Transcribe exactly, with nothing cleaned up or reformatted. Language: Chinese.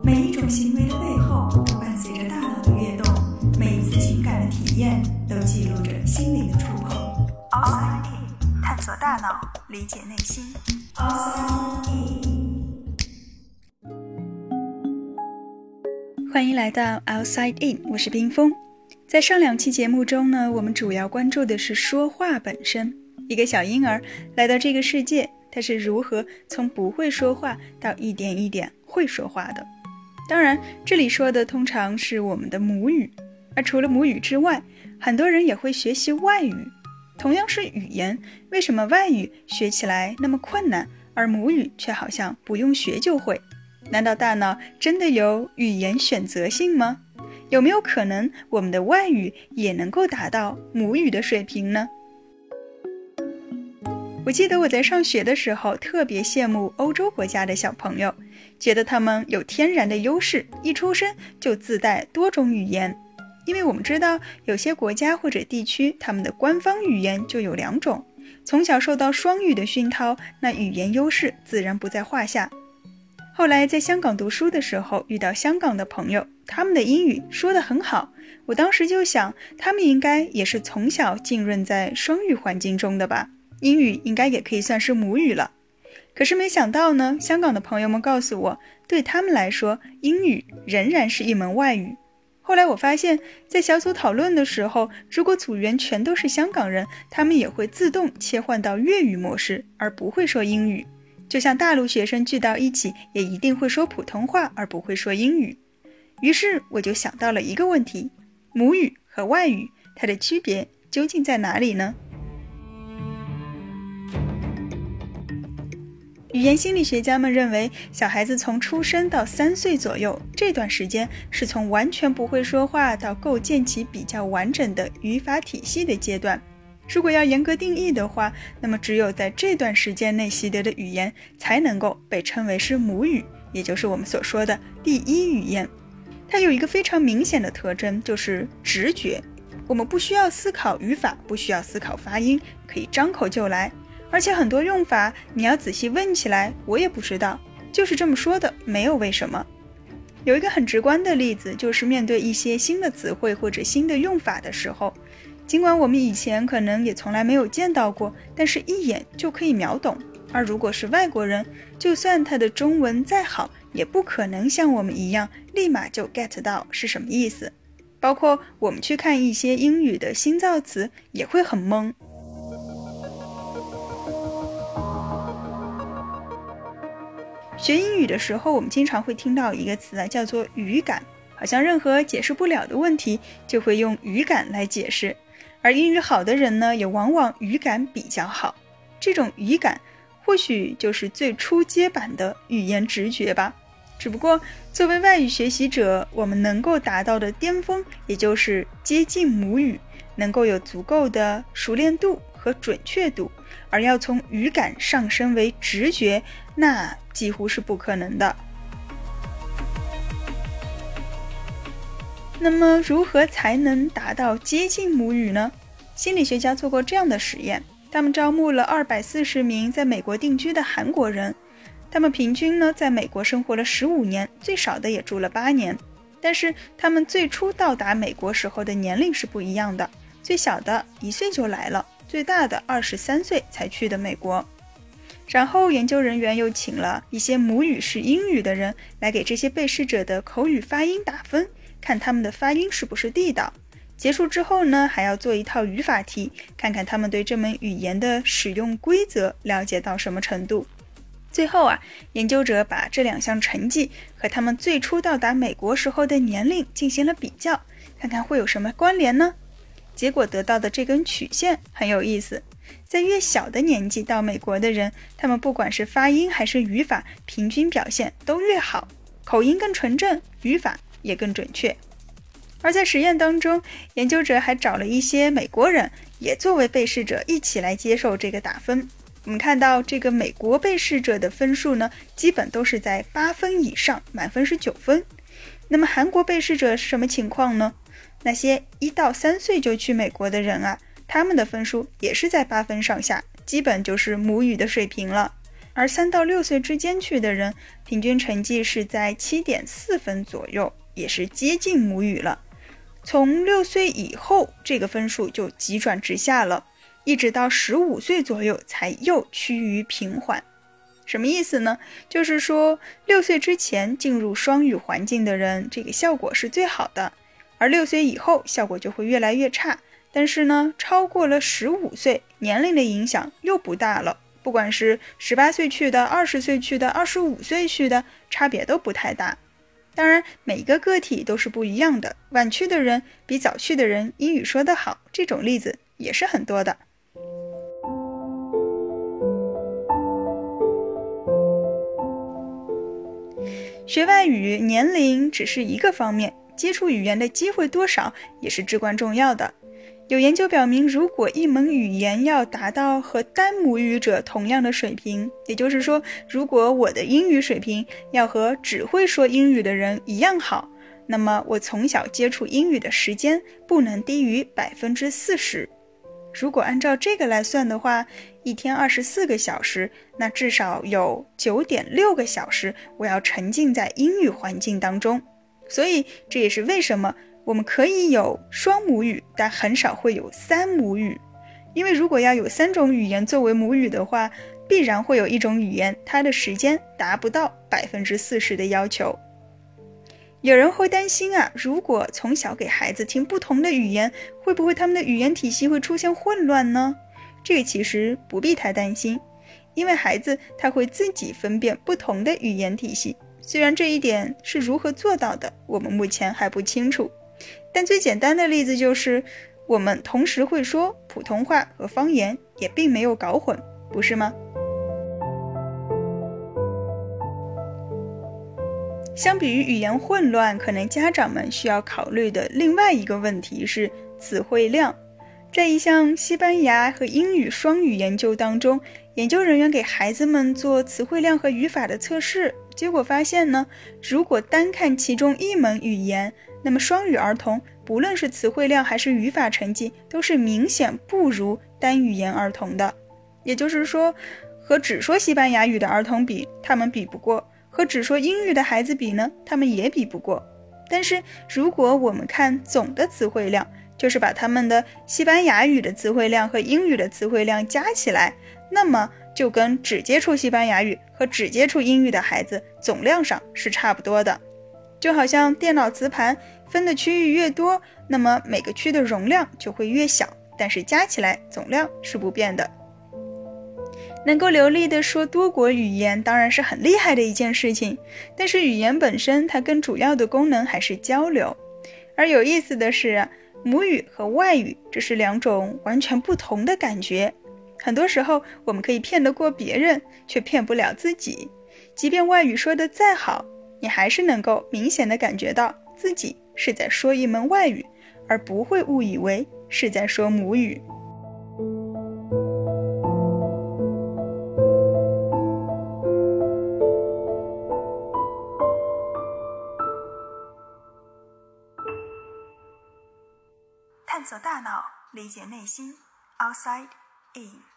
每一种行为的背后都伴随着大脑的跃动，每一次情感的体验都记录着心灵的触碰。 Outside In， 探索大脑，理解内心。 Outside In， 欢迎来到 Outside In， 我是冰峰。在上两期节目中呢，我们主要关注的是说话本身。一个小婴儿来到这个世界，他是如何从不会说话到一点一点会说话的。当然，这里说的通常是我们的母语，而除了母语之外，很多人也会学习外语。同样是语言，为什么外语学起来那么困难，而母语却好像不用学就会？难道大脑真的有语言选择性吗？有没有可能我们的外语也能够达到母语的水平呢？我记得我在上学的时候特别羡慕欧洲国家的小朋友，觉得他们有天然的优势，一出生就自带多种语言。因为我们知道有些国家或者地区，他们的官方语言就有两种，从小受到双语的熏陶，那语言优势自然不在话下。后来在香港读书的时候，遇到香港的朋友，他们的英语说得很好，我当时就想，他们应该也是从小浸润在双语环境中的吧，英语应该也可以算是母语了。可是没想到呢，香港的朋友们告诉我，对他们来说，英语仍然是一门外语。后来我发现，在小组讨论的时候，如果组员全都是香港人，他们也会自动切换到粤语模式，而不会说英语。就像大陆学生聚到一起，也一定会说普通话，而不会说英语。于是我就想到了一个问题，母语和外语，它的区别究竟在哪里呢？语言心理学家们认为，小孩子从出生到三岁左右，这段时间是从完全不会说话到构建起比较完整的语法体系的阶段。如果要严格定义的话，那么只有在这段时间内习得的语言才能够被称为是母语，也就是我们所说的第一语言。它有一个非常明显的特征，就是直觉。我们不需要思考语法，不需要思考发音，可以张口就来。而且很多用法你要仔细问起来，我也不知道，就是这么说的，没有为什么。有一个很直观的例子，就是面对一些新的词汇或者新的用法的时候，尽管我们以前可能也从来没有见到过，但是一眼就可以秒懂。而如果是外国人，就算他的中文再好，也不可能像我们一样立马就 get 到是什么意思。包括我们去看一些英语的新造词，也会很懵。学英语的时候，我们经常会听到一个词啊，叫做语感，好像任何解释不了的问题就会用语感来解释。而英语好的人呢，也往往语感比较好。这种语感或许就是最初阶版的语言直觉吧。只不过作为外语学习者，我们能够达到的巅峰，也就是接近母语，能够有足够的熟练度和准确度，而要从语感上升为直觉，那几乎是不可能的。那么如何才能达到接近母语呢？心理学家做过这样的实验，他们招募了二百四十名在美国定居的韩国人，他们平均呢在美国生活了十五年，最少的也住了八年。但是他们最初到达美国时候的年龄是不一样的，最小的一岁就来了，最大的二十三岁才去的美国。然后研究人员又请了一些母语是英语的人来给这些被试者的口语发音打分，看他们的发音是不是地道。结束之后呢，还要做一套语法题，看看他们对这门语言的使用规则了解到什么程度。最后啊，研究者把这两项成绩和他们最初到达美国时候的年龄进行了比较，看看会有什么关联呢？结果得到的这根曲线很有意思，在越小的年纪到美国的人，他们不管是发音还是语法，平均表现都越好，口音更纯正，语法也更准确。而在实验当中，研究者还找了一些美国人，也作为被试者一起来接受这个打分。我们看到这个美国被试者的分数呢，基本都是在八分以上，满分是九分。那么韩国被试者是什么情况呢？那些一到三岁就去美国的人啊，他们的分数也是在八分上下，基本就是母语的水平了。 而三到六岁之间去的人，平均成绩是在 七点四 分左右，也是接近母语了。从六岁以后，这个分数就急转直下了，一直到十五岁左右才又趋于平缓。什么意思呢？就是说六岁之前进入双语环境的人，这个效果是最好的，而六岁以后效果就会越来越差。但是呢，超过了十五岁，年龄的影响又不大了，不管是十八岁去的、二十岁去的、二十五岁去的，差别都不太大。当然，每个个体都是不一样的，晚去的人比早去的人英语说得好，这种例子也是很多的。学外语年龄只是一个方面，接触语言的机会多少也是至关重要的。有研究表明，如果一门语言要达到和单母语者同样的水平，也就是说，如果我的英语水平要和只会说英语的人一样好，那么我从小接触英语的时间不能低于 百分之四十。如果按照这个来算的话，一天二十四个小时，那至少有 九点六个小时我要沉浸在英语环境当中。所以这也是为什么我们可以有双母语，但很少会有三母语。因为如果要有三种语言作为母语的话，必然会有一种语言它的时间达不到 百分之四十 的要求。有人会担心啊，如果从小给孩子听不同的语言，会不会他们的语言体系会出现混乱呢？这个其实不必太担心，因为孩子他会自己分辨不同的语言体系。虽然这一点是如何做到的，我们目前还不清楚，但最简单的例子就是，我们同时会说普通话和方言，也并没有搞混，不是吗？相比于语言混乱，可能家长们需要考虑的另外一个问题是词汇量。在一项西班牙和英语双语研究当中，研究人员给孩子们做词汇量和语法的测试，结果发现呢，如果单看其中一门语言，那么双语儿童不论是词汇量还是语法成绩都是明显不如单语言儿童的。也就是说，和只说西班牙语的儿童比，他们比不过；和只说英语的孩子比呢，他们也比不过。但是如果我们看总的词汇量，就是把他们的西班牙语的词汇量和英语的词汇量加起来，那么就跟只接触西班牙语和只接触英语的孩子总量上是差不多的。就好像电脑磁盘分的区域越多，那么每个区的容量就会越小，但是加起来总量是不变的。能够流利地说多国语言当然是很厉害的一件事情，但是语言本身它更主要的功能还是交流。而有意思的是，母语和外语这是两种完全不同的感觉。很多时候我们可以骗得过别人，却骗不了自己。即便外语说得再好，你还是能够明显地感觉到自己是在说一门外语，而不会误以为是在说母语。探索大脑，理解内心 ，Outside In。